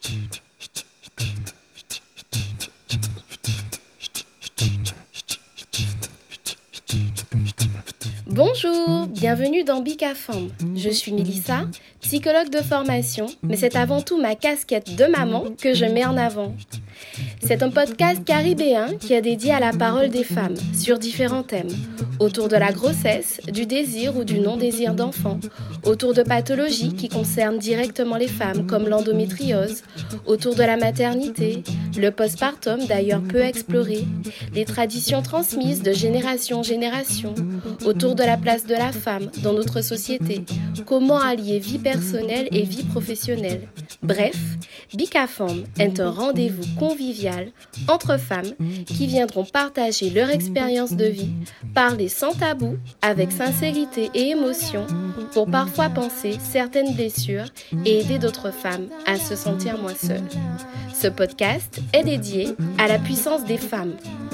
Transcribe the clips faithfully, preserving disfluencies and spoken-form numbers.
Bonjour, bienvenue dans Bicafam. Je suis Mélissa, psychologue de formation, mais c'est avant tout ma casquette de maman que je mets en avant. C'est un podcast caribéen qui est dédié à la parole des femmes sur différents thèmes, autour de la grossesse, du désir ou du non-désir d'enfant, autour de pathologies qui concernent directement les femmes comme l'endométriose, autour de la maternité, le postpartum d'ailleurs peu exploré, les traditions transmises de génération en génération, autour de la place de la femme dans notre société, comment allier vie personnelle et vie professionnelle. Bref, Bicafam est un rendez-vous convivial entre femmes qui viendront partager leur expérience de vie, parler sans tabou, avec sincérité et émotion, pour parfois penser certaines blessures et aider d'autres femmes à se sentir moins seules. Ce podcast est dédié à la puissance des femmes.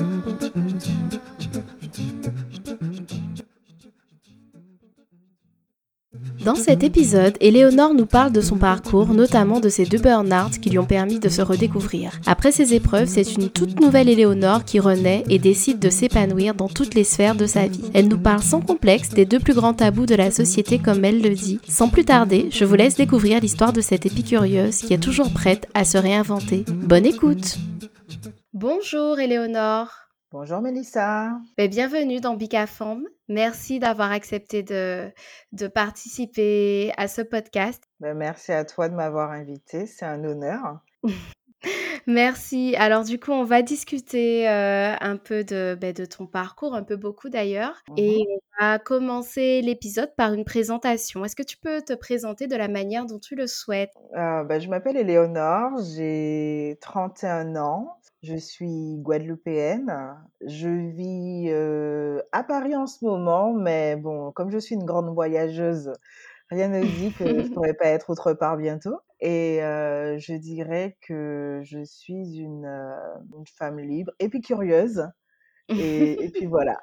Dans cet épisode, Éléonore nous parle de son parcours, notamment de ses deux burn-out qui lui ont permis de se redécouvrir. Après ces épreuves, c'est une toute nouvelle Éléonore qui renaît et décide de s'épanouir dans toutes les sphères de sa vie. Elle nous parle sans complexe des deux plus grands tabous de la société comme elle le dit. Sans plus tarder, je vous laisse découvrir l'histoire de cette épicurieuse qui est toujours prête à se réinventer. Bonne écoute! Bonjour Éléonore. Bonjour Mélissa. Ben, bienvenue dans Bicafam. Merci d'avoir accepté de, de participer à ce podcast. Ben, merci à toi de m'avoir invitée, c'est un honneur. Merci. Alors du coup, on va discuter euh, un peu de, ben, de ton parcours, un peu beaucoup d'ailleurs. Mhm. Et on va commencer l'épisode par une présentation. Est-ce que tu peux te présenter de la manière dont tu le souhaites? Euh, ben, je m'appelle Éléonore, j'ai trente et un ans, je suis guadeloupéenne. Je vis euh, à Paris en ce moment, mais bon, comme je suis une grande voyageuse, rien ne dit que je ne pourrais pas être autre part bientôt. Et euh, je dirais que je suis une, euh, une femme libre et puis curieuse. Et, et puis voilà.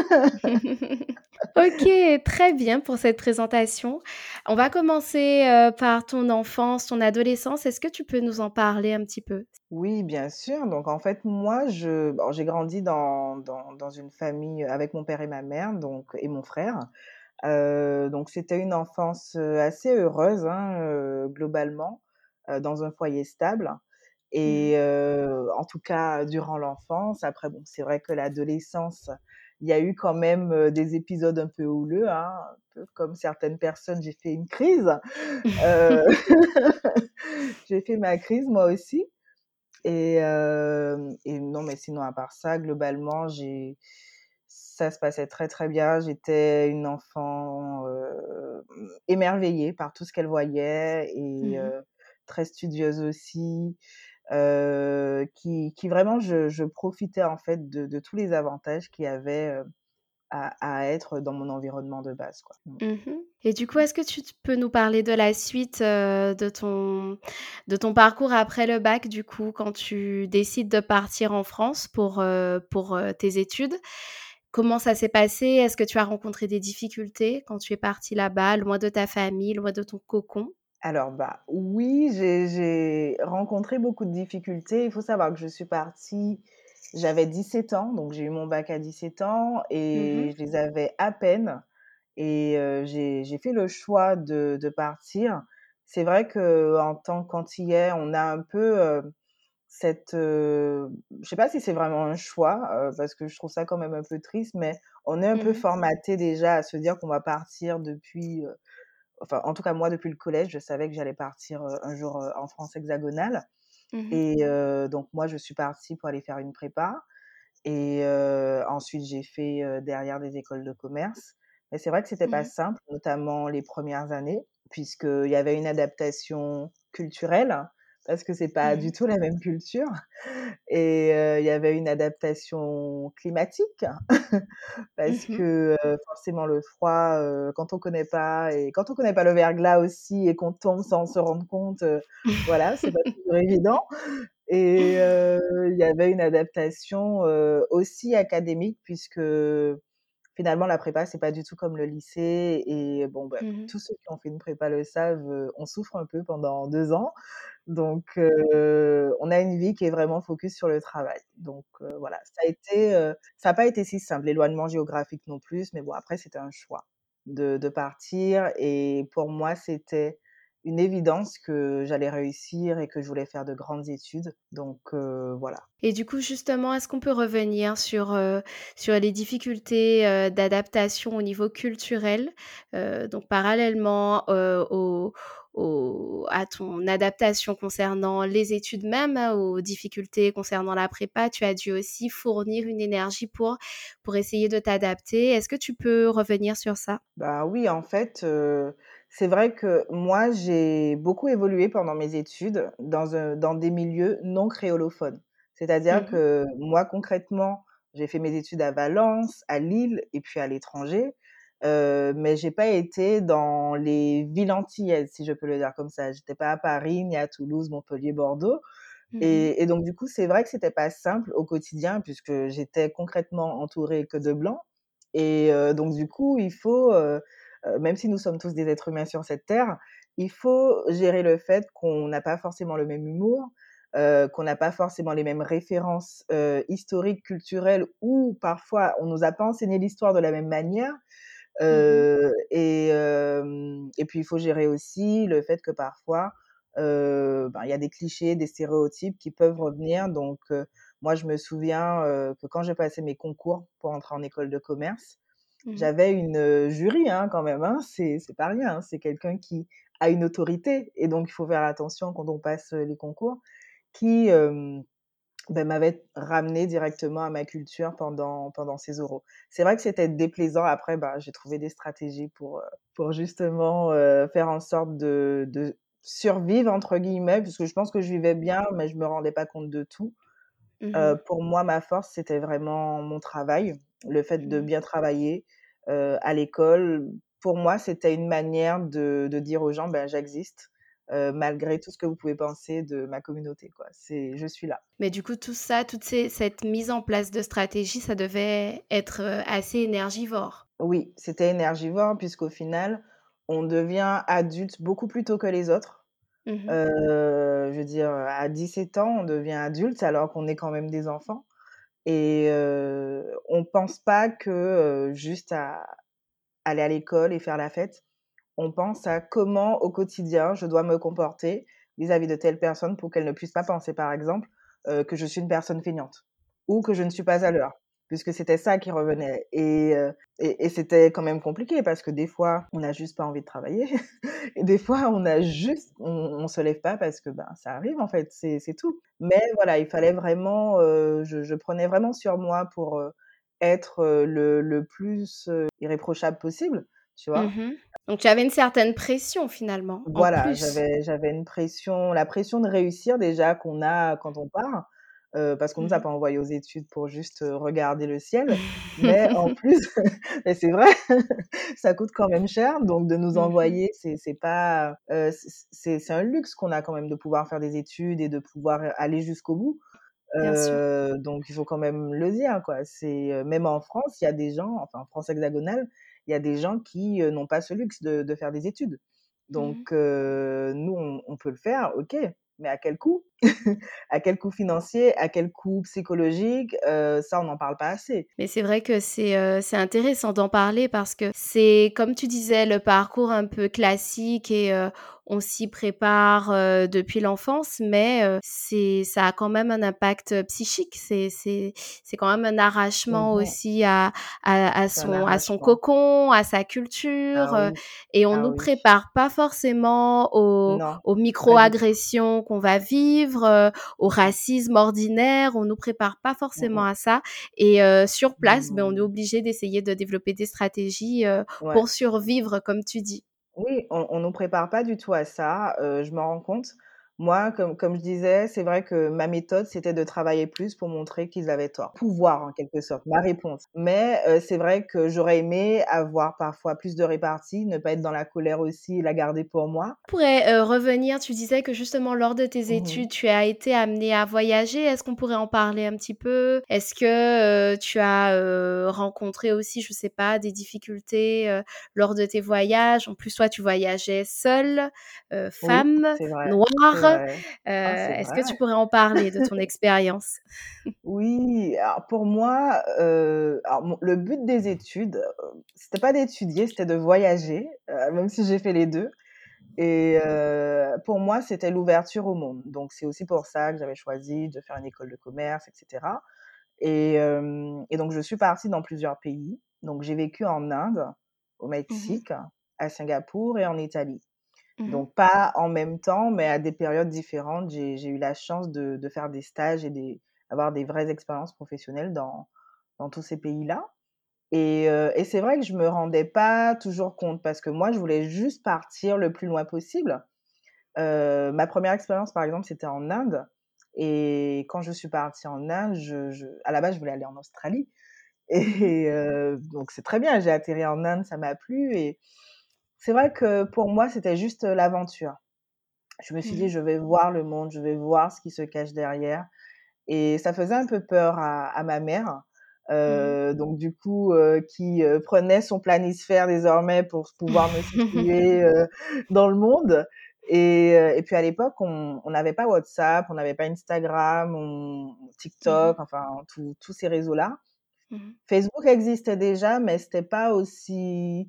Ok, très bien pour cette présentation. On va commencer euh, par ton enfance, ton adolescence. Est-ce que tu peux nous en parler un petit peu? Oui, bien sûr. Donc en fait, moi, je, bon, j'ai grandi dans, dans, dans une famille avec mon père et ma mère, donc et mon frère. Euh, donc c'était une enfance euh, assez heureuse, hein, euh, globalement, euh, dans un foyer stable. Et Mhm. euh, en tout cas, durant l'enfance. Après, bon, c'est vrai que l'adolescence, il y a eu quand même euh, des épisodes un peu houleux, hein, un peu comme certaines personnes, j'ai fait une crise. Euh, j'ai fait ma crise moi aussi. Et, euh, et non, mais sinon, à part ça, globalement, j'ai, ça se passait très, très bien. J'étais une enfant euh, émerveillée par tout ce qu'elle voyait et Mhm. euh, très studieuse aussi, euh, qui, qui vraiment, je, je profitais en fait de, de tous les avantages qu'il y avait euh, à, à être dans mon environnement de base, quoi. Mhm. Et du coup, est-ce que tu t- peux nous parler de la suite euh, de ton, de ton parcours après le bac, du coup, quand tu décides de partir en France pour, euh, pour euh, tes études? Comment ça s'est passé? Est-ce que tu as rencontré des difficultés quand tu es partie là-bas, loin de ta famille, loin de ton cocon? Alors, bah oui, j'ai j'ai rencontré beaucoup de difficultés. Il faut savoir que je suis partie, j'avais dix-sept ans, donc j'ai eu mon bac à dix-sept ans et Mhm. je les avais à peine. Et euh, j'ai j'ai fait le choix de, de partir. C'est vrai que en tant qu'Antillais, on a un peu euh, cette, euh, je sais pas si c'est vraiment un choix, euh, parce que je trouve ça quand même un peu triste, mais on est un peu Mhm. formaté déjà à se dire qu'on va partir depuis euh, enfin, en tout cas, moi, depuis le collège, je savais que j'allais partir euh, un jour euh, en France hexagonale. Mhm. Et euh, donc, moi, je suis partie pour aller faire une prépa. Et euh, ensuite, j'ai fait euh, derrière des écoles de commerce. Mais c'est vrai que c'était pas Mhm. simple, notamment les premières années, puisqu'il y avait une adaptation culturelle, parce que c'est pas du Mhm. tout la même culture. Et euh, il y avait une adaptation climatique, parce Mhm. que euh, forcément le froid, euh, quand on connaît pas et quand on connaît pas le verglas aussi et qu'on tombe sans se rendre compte, euh, voilà, c'est pas toujours évident. Et euh, il y avait une adaptation euh, aussi académique puisque finalement la prépa c'est pas du tout comme le lycée et bon bah, Mhm. tous ceux qui ont fait une prépa le savent, euh, on souffre un peu pendant deux ans Donc heu, on a une vie qui est vraiment focus sur le travail. Donc heu, voilà, ça a été, heu, ça a pas été si simple, l'éloignement géographique non plus, mais bon après c'était un choix de de partir et pour moi c'était une évidence que j'allais réussir et que je voulais faire de grandes études. Donc heu, voilà. Et du coup, justement, est-ce qu'on peut revenir sur, heu, sur les difficultés, heu, d'adaptation au niveau culturel? Heu, donc parallèlement, heu, au au à ton adaptation concernant les études même, hein, aux difficultés concernant la prépa, tu as dû aussi fournir une énergie pour pour essayer de t'adapter. Est-ce que tu peux revenir sur ça? Bah, oui, en fait, heu, c'est vrai que moi, j'ai beaucoup évolué pendant mes études dans un dans des milieux non créolophones. C'est-à-dire Mmh. que moi, concrètement, j'ai fait mes études à Valence, à Lille et puis à l'étranger, heu, mais j'ai pas été dans les villes antillaises, si je peux le dire comme ça. J'étais pas à Paris, ni à Toulouse, Montpellier, Bordeaux Mmh. et et donc du coup, c'est vrai que c'était pas simple au quotidien puisque j'étais concrètement entourée que de blancs et heu, donc du coup, il faut, heu heu, même si nous sommes tous des êtres humains sur cette terre, il faut gérer le fait qu'on n'a pas forcément le même humour, heu, qu'on n'a pas forcément les mêmes références, heu, historiques, culturelles ou parfois on nous a pas enseigné l'histoire de la même manière. Mmh. Heu et hem et puis il faut gérer aussi le fait que parfois, heu, ben, il y a des clichés, des stéréotypes qui peuvent revenir donc heu, moi je me souviens, heu, que quand j'ai passé mes concours pour entrer en école de commerce, Mmh. j'avais une, heu, jury, hein, quand même, hein, c'est c'est pas rien, hein, c'est quelqu'un qui a une autorité et donc il faut faire attention quand on passe, heu, les concours, qui, hem bah, m'avait ramené directement à ma culture pendant pendant ces oraux. C'est vrai que c'était déplaisant. Après, bah, j'ai trouvé des stratégies pour, heu, pour justement, heu, faire en sorte de de «survivre» entre guillemets, puisque je pense que je vivais bien, mais je me rendais pas compte de tout. Mmh. Heu, pour moi, ma force, c'était vraiment mon travail, le fait de Mmh. bien travailler, heu, à l'école. Pour moi, c'était une manière de de dire aux gens: «Ben, j'existe, heu, malgré tout ce que vous pouvez penser de ma communauté, quoi. C'est je suis là». Mais du coup, tout ça, toute ces cette mise en place de stratégies, ça devait être, heu, assez énergivore? Oui, c'était énergivore puisqu'au final, on devient adulte beaucoup plus tôt que les autres. Mmh. Heu, je veux dire, à dix-sept ans, on devient adulte alors qu'on est quand même des enfants et heu, on pense pas que, heu, juste à aller à l'école et faire la fête. On pense à comment, au quotidien, je dois me comporter vis-à-vis de telle personne pour qu'elle ne puisse pas penser, par exemple, heu, que je suis une personne feignante ou que je ne suis pas à l'heure, puisque c'était ça qui revenait et heu et et c'était quand même compliqué parce que des fois, on n'a juste pas envie de travailler et des fois, on a juste on on se lève pas parce que, ben, ça arrive, en fait, c'est c'est tout. Mais voilà, il fallait vraiment, heu, je je prenais vraiment sur moi pour, heu, être, heu, le le plus, heu, irréprochable possible, tu vois? Mmh. Donc tu avais une certaine pression finalement, en Voilà, plus? j'avais j'avais une pression la pression de réussir déjà qu'on a quand on part, heu, parce qu'on nous a Mmh. pas envoyés aux études pour juste, heu, regarder le ciel, mais en plus mais c'est vrai, ça coûte quand même cher, donc de nous Mmh. envoyer, c'est c'est pas, heu, c c'est c'est un luxe qu'on a quand même de pouvoir faire des études et de pouvoir, aller jusqu'au bout, Bien sûr. heu, donc il faut quand même le dire, quoi. C'est, heu, même en France, il y a des gens, enfin en France hexagonale, il y a des gens qui, heu, n'ont pas ce luxe de de faire des études. Donc Mmh. heu, nous, on on peut le faire, OK, mais à quel coût? À quel coût financier? À quel coût psychologique? Heu, ça, on n'en parle pas assez. Mais c'est vrai que c'est, heu, c'est intéressant d'en parler parce que c'est comme tu disais, le parcours un peu classique et heu, on s'y prépare, heu, depuis l'enfance, mais heu, c'est ça a quand même un impact, heu, psychique. C'est c'est c'est quand même un arrachement Mmh. aussi à à à C'est un son à son arrachement. cocon, à sa culture, Ah heu oui, et on ah nous oui. prépare pas forcément aux Non, aux pas du tout. micro-agressions qu'on va vivre, heu, au Mmh mh. racisme ordinaire. On nous prépare pas Mmh forcément mh. à ça et heu, sur place, ben, on est Mmh. obligé d'essayer de développer des stratégies, heu, Ouais. pour survivre comme tu dis. Oui, on on nous prépare pas du tout à ça, heu, je m'en rends compte. Moi, comme comme je disais, c'est vrai que ma méthode, c'était de travailler plus pour montrer qu'ils avaient tort. Pouvoir en quelque sorte, ma réponse. Mais heu, c'est vrai que j'aurais aimé avoir parfois plus de répartie, ne pas être dans la colère aussi et la garder pour moi. On pourrait, heu, revenir, tu disais que justement lors de tes Mmh mh. études, tu as été amené à voyager. Est-ce qu'on pourrait en parler un petit peu? Est-ce que, heu, tu as, heu, rencontré aussi, je sais pas, des difficultés, heu, lors de tes voyages? En plus, toi, tu voyageais seule, heu, Oui, femme, c'est vrai, noire. c'est vrai. Heu, vrai. Ah, c'est est-ce vrai. que tu pourrais en parler de ton expérience? Oui, alors pour moi, heu, alors mon le but des études, heu, c'était pas d'étudier, c'était de voyager, heu, même si j'ai fait les deux. Et heu, pour moi, c'était l'ouverture au monde. Donc c'est aussi pour ça que j'avais choisi de faire une école de commerce et cetera. Et hem et donc je suis partie dans plusieurs pays. Donc j'ai vécu en Inde, au Mmh mh. Mexique, à Singapour et en Italie. Mmh mh. Donc pas en même temps, mais à des périodes différentes. J'ai j'ai eu la chance de de faire des stages et des d'avoir des vraies expériences professionnelles dans dans tous ces pays-là. Et heu et c'est vrai que je me rendais pas toujours compte parce que moi, je voulais juste partir le plus loin possible. Heu, ma première expérience, par exemple, c'était en Inde et quand je suis partie en Inde, je je à la base, je voulais aller en Australie Mmh mh. et heu, donc c'est très bien, j'ai atterri en Inde, ça m'a plu et c'est vrai que pour moi, c'était juste, heu, l'aventure. Je me suis dit: Mmh. «Je vais voir le monde, je vais voir ce qui se cache derrière». Et ça faisait un peu peur à à ma mère, Mmh heu, donc du coup, heu, qui, heu, prenait son planisphère désormais pour pouvoir me mh. situer, heu, dans le monde. Et heu et puis à l'époque, on on n'avait pas WhatsApp, on n'avait pas Instagram, on Mmh mh. TikTok, enfin tous tous ces réseaux-là. Mmh. Facebook existait déjà, mais c'était pas aussi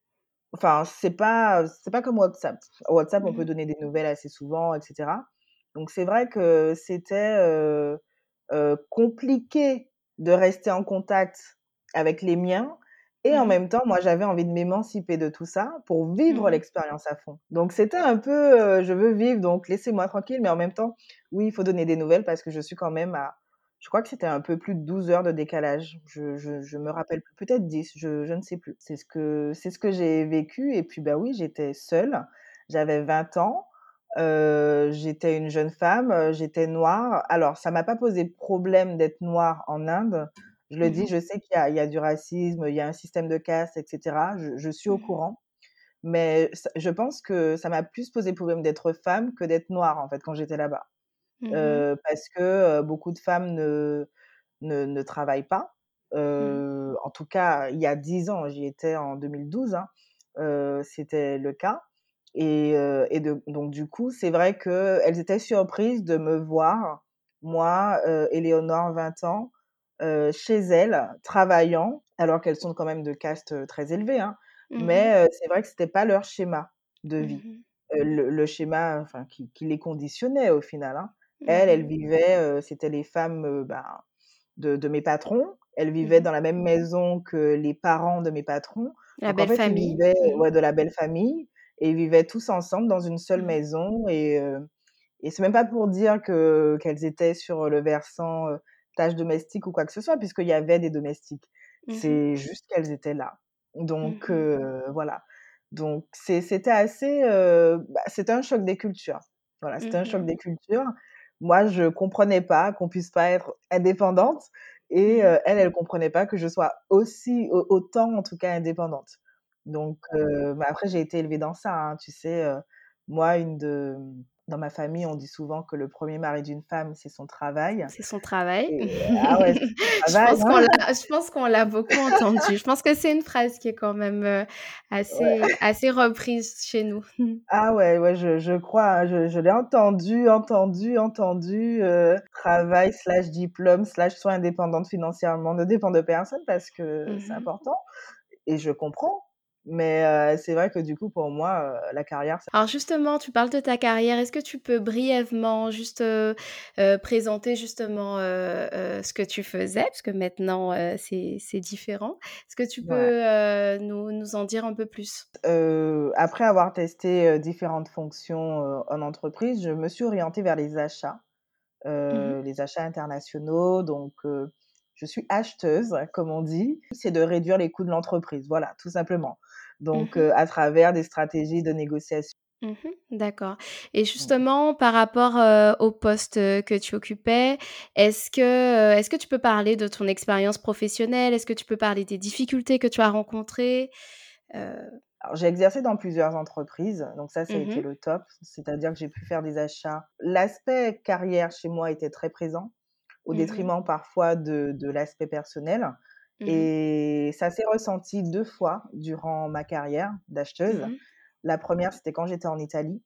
enfin, c'est pas, c'est pas comme WhatsApp. WhatsApp, on peut Mmh. donner des nouvelles assez souvent et cetera. Donc c'est vrai que c'était, heu heu, compliqué de rester en contact avec les miens et en Mmh. même temps, moi, j'avais envie de m'émanciper de tout ça pour vivre Mmh. l'expérience à fond. Donc c'était un peu, heu, je veux vivre, donc laissez-moi tranquille, mais en même temps, oui, il faut donner des nouvelles parce que je suis quand même à je crois que c'était un peu plus de douze heures de décalage. Je je je me rappelle plus, peut-être dix, je je ne sais plus. C'est ce que c'est ce que j'ai vécu et puis, bah, oui, j'étais seule, j'avais vingt ans, heu, j'étais une jeune femme, heu, j'étais noire. Alors ça m'a pas posé problème d'être noire en Inde. Je le dis, Mmh. je sais qu'il y a il y a du racisme, il y a un système de caste et cetera. Je je suis au Mmh. courant, mais ça je pense que ça m'a plus posé problème d'être femme que d'être noire, en fait, quand j'étais là-bas. Mmh. Heu, parce que, heu, beaucoup de femmes ne ne ne travaillent pas. Mmh. Heu, en tout cas, il y a dix ans, j'y étais en deux mille douze, hein, heu, c'était le cas et heu et de donc du coup, c'est vrai qu'elles étaient surprises de me voir, moi, heu, Éléonore, vingt ans, heu, chez elles, travaillant, alors qu'elles sont quand même de caste, heu, très élevée, hein. Mmh. Mais heu, c'est vrai que c'était pas leur schéma de vie. Mmh. Heu, le le schéma, enfin, qui qui les conditionnait au final, hein. Elles, elles Mmh. vivaient, heu, c'était les femmes, heu, ben de de mes patrons. Elles vivaient Mmh. dans la même maison que les parents de mes patrons. La Donc en belle fait, ils famille. vivaient, Mmh. ouais, de la belle famille et ils vivaient tous ensemble dans une seule Mmh. maison et heu et c'est même pas pour dire que qu'elles étaient sur le versant, heu, tâches domestiques ou quoi que ce soit, puisqu'il y avait des domestiques. Mmh. C'est juste qu'elles étaient là. Donc Mmh. heu, voilà. Donc c'est c'était assez, heu, bah, c'était un choc des cultures. Voilà, c'était un choc Mmh. des cultures. Moi, je comprenais pas qu'on puisse pas être indépendante et Mmh. heu, elles, elles comprenaient pas que je sois aussi au autant, en tout cas, indépendante. Donc heu, bah, après j'ai été élevée dans ça, hein, tu sais, heu, moi, une de dans ma famille, on dit souvent que le premier mari d'une femme, c'est son travail C'est son travail. et ah ouais, c'est son Je travail, pense qu'on hein. l'a je pense qu'on l'a beaucoup entendu. Je pense que c'est une phrase qui est quand même, heu, assez Ouais. assez reprise chez nous. Ah ouais, ouais, je je crois, hein, je je l'ai entendu, entendu, entendu, heu, travail slash diplôme slash sois indépendante financièrement, ne dépend de personne parce que c'est Mmh. important et je comprends. Mais heu, c'est vrai que du coup, pour moi, heu, la carrière, ça Alors justement, tu parles de ta carrière. Est-ce que tu peux brièvement juste, heu heu, présenter justement, heu heu, ce que tu faisais? Parce que maintenant, heu, c'est c'est différent. Est-ce que tu peux, ouais. heu, nous nous en dire un peu plus? Heu, après avoir testé, heu, différentes fonctions, heu, en entreprise, je me suis orientée vers les achats, Mmh. heu, les achats internationaux. Donc heu, je suis acheteuse, comme on dit. C'est de réduire les coûts de l'entreprise, voilà, tout simplement. Donc Mmh. heu, à travers des stratégies de négociation. Mmh. D'accord et justement par rapport, heu, au poste, heu, que tu occupais, est-ce que, heu, est-ce que tu peux parler de ton expérience professionnelle? Est-ce que tu peux parler des difficultés que tu as rencontrées? Heu Alors, j'ai exercé dans plusieurs entreprises, donc ça, ça a été mmh. le top. C'est-à-dire que j'ai pu faire des achats. L'aspect carrière chez moi était très présent, au Mmh. détriment parfois de de l'aspect personnel Mmh. et ça s'est ressenti deux fois durant ma carrière d'acheteuse. Mmh. La première, c'était quand j'étais en Italie.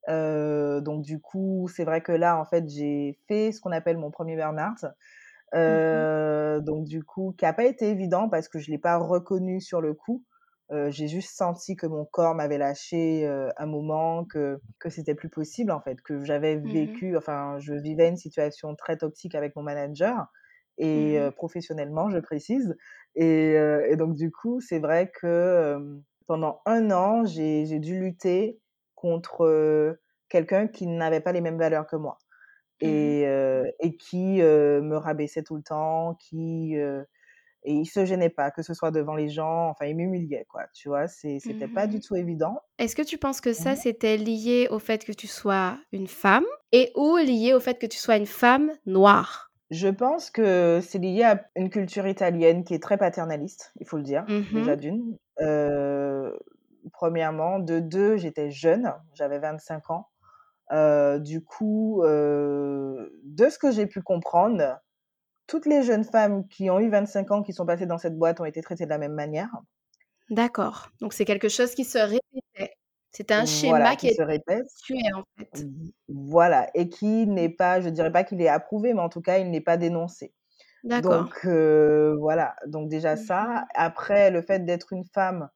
Heu, donc du coup, c'est vrai que là, en fait, j'ai fait ce qu'on appelle mon premier burn-out. Mmh. Heu, donc du coup, qui a pas été évident parce que je l'ai pas reconnu sur le coup. Heu, j'ai juste senti que mon corps m'avait lâché, heu, un moment, que que c'était plus possible, en fait, que j'avais Mmh. vécu enfin, je vivais une situation très toxique avec mon manager et Mmh. heu, professionnellement, je précise et heu et donc du coup, c'est vrai que, hem, pendant un an, j'ai j'ai dû lutter contre, heu, quelqu'un qui n'avait pas les mêmes valeurs que moi. Mmh. Et heu et qui, heu, me rabaissait tout le temps, qui, heu et il se gênait pas, que ce soit devant les gens, enfin il m'humiliait quoi, tu vois? C'est c'était pas du Mmh. tout évident. Est-ce que tu penses que ça, Mmh. c'était lié au fait que tu sois une femme et ou lié au fait que tu sois une femme noire? Je pense que c'est lié à une culture italienne qui est très paternaliste, il faut le dire, Mmh. déjà d'une. Heu, premièrement. De deux, j'étais jeune, j'avais vingt-cinq ans. Heu, du coup, heu, de ce que j'ai pu comprendre, toutes les jeunes femmes qui ont eu vingt-cinq ans, qui sont passées dans cette boîte, ont été traitées de la même manière. D'accord, donc c'est quelque chose qui se répétait. C'était un Voilà, schéma qui qui était se répète. tué, en fait. V voilà et qui n'est pas je dirais pas qu'il est approuvé, mais en tout cas, il n'est pas dénoncé. D'accord. Donc heu, voilà, donc déjà ça. Mmh. Après le fait d'être une femme,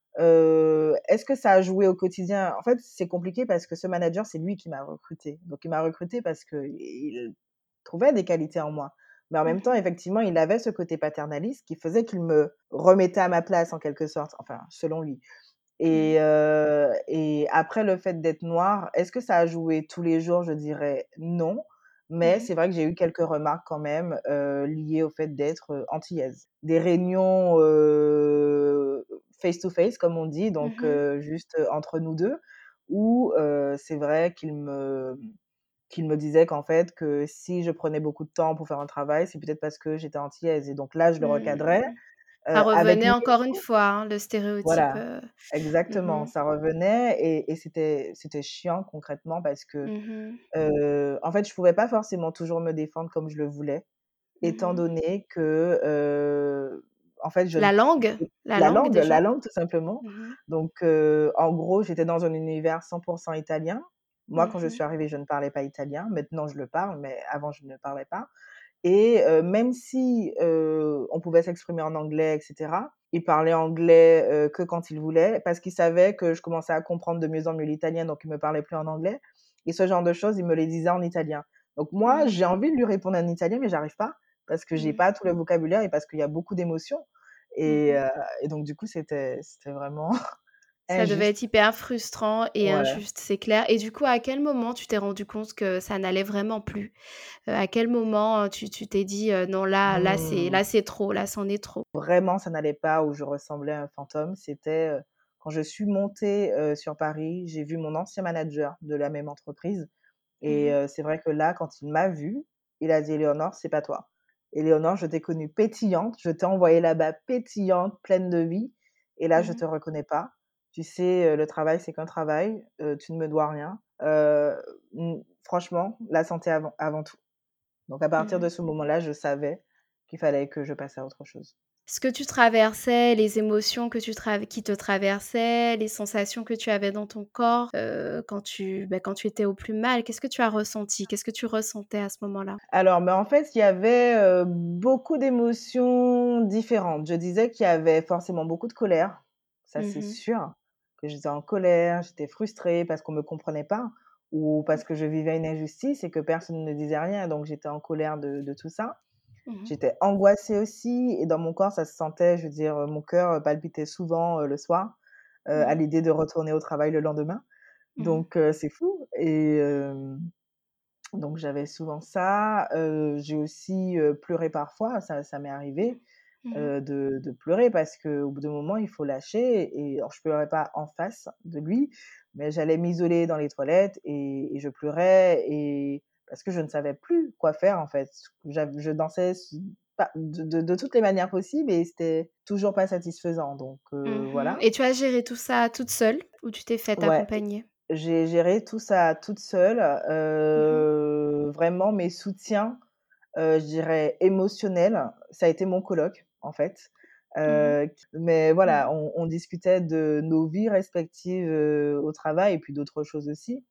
heu, est-ce que ça a joué au quotidien? En fait, c'est compliqué parce que ce manager, c'est lui qui m'a recrutée. Donc il m'a recrutée parce qu'il trouvait des qualités en moi. Mais en même temps, Mmh. effectivement, il avait ce côté paternaliste qui faisait qu'il me remettait à ma place en quelque sorte, enfin selon lui. Mmh. Et heu et après le fait d'être noire, est-ce que ça a joué tous les jours? Je dirais non, mais Mmh. c'est vrai que j'ai eu quelques remarques quand même, heu, liées au fait d'être, heu, antillaise. Des réunions, heu, face to face comme on dit, donc Mmh. heu, juste, heu, entre nous deux où, heu, c'est vrai qu'il me qu'il me disait qu'en fait, que si je prenais beaucoup de temps pour faire un travail, c'est peut-être parce que j'étais antillaise et donc là, je le recadrais, Mmh. Ça heu, avec revenait mes encore une fois, hein, le stéréotype, voilà. heu, Exactement, mmh ça revenait et et c'était c'était chiant concrètement parce que, mh. Mmh. heu, en fait, je pouvais pas forcément toujours me défendre comme je le voulais, étant Mmh. donné que, heu, en fait, je ne La langue? La la langue langue la déjà? langue tout simplement. Mmh. Donc heu, en gros, j'étais dans un univers cent pour cent italien. Moi, quand je Mmh. suis arrivée, je ne parlais pas italien. Maintenant, je le parle, mais avant, je ne parlais pas. Et heu, même si, heu, on pouvait s'exprimer en anglais et cetera, il parlait anglais, heu, que quand il voulait parce qu'il savait que je commençais à comprendre de mieux en mieux l'italien, donc il me parlait plus en anglais et ce genre de choses, il me les disait en italien. Donc moi, Mmh. j'ai envie de lui répondre en italien, mais j'arrive pas parce que j'ai Mmh. pas tout le vocabulaire et parce qu'il y a beaucoup d'émotions et Mmh. heu et donc du coup, c'était c'était vraiment Ça devait injuste. être hyper frustrant et Voilà. injuste, c'est clair. Et du coup, à quel moment tu t'es rendu compte que ça n'allait vraiment plus? Heu, à quel moment, heu, tu tu t'es dit: «Heu, non, là là c'est Mmh. là c'est trop, là c'en est trop»? Vraiment, ça n'allait pas, où je ressemblais à un fantôme. C'était, heu, quand je suis montée, heu, sur Paris, j'ai vu mon ancien manager de la même entreprise et Mmh. heu, c'est vrai que là, quand il m'a vue, il a dit: «Éléonore, c'est pas toi. Éléonore, je t'ai connue pétillante, je t'ai envoyée là-bas pétillante, pleine de vie et là, je Mmh. te reconnais pas. Tu sais, heu, le travail, c'est qu'un travail, heu, tu ne me dois rien. Heu, mmh, franchement, la santé avant avant tout». Donc à partir de Mmh. ce moment-là, je savais qu'il fallait que je passe à autre chose. Ce que tu traversais, les émotions que tu trav qui te traversaient, les sensations que tu avais dans ton corps, heu, quand tu, bah, quand tu étais au plus mal, qu'est-ce que tu as ressenti? Qu'est-ce que tu ressentais à ce moment-là? Alors, mais en fait, il y avait, heu, beaucoup d'émotions différentes. Je disais qu'il y avait forcément beaucoup de colère, ça c'est Mmh. sûr, que j'étais en colère, j'étais frustrée parce qu'on me comprenait pas ou parce que je vivais une injustice et que personne ne disait rien, donc j'étais en colère de de tout ça. Mmh. J'étais angoissée aussi et dans mon corps, ça se sentait, je veux dire, heu, mon cœur, palpitait souvent, heu, le soir, heu, à Mmh. l'idée de retourner au travail le lendemain. Mmh. Donc heu, c'est fou et hem donc j'avais souvent ça, heu, j'ai aussi, heu, pleuré parfois, ça ça m'est arrivé, Mmh. heu, de de pleurer parce qu'au bout d'un moment, il faut lâcher et alors je pleurais pas en face de lui, mais j'allais m'isoler dans les toilettes et et je pleurais et parce que je ne savais plus quoi faire en fait. J'av je dansais s pas de de de toutes les manières possibles et c'était toujours pas satisfaisant donc heu, Mmh. voilà. Et tu as géré tout ça toute seule ou tu t'es fait Ouais. accompagner? J'ai géré tout ça toute seule, Mmh. heu, vraiment mes soutiens, heu, je dirais émotionnels, ça a été mon coloc, en fait, Mmh. heu, qui mais Mmh. voilà, on on discutait de nos vies respectives, heu, au travail et puis d'autres choses aussi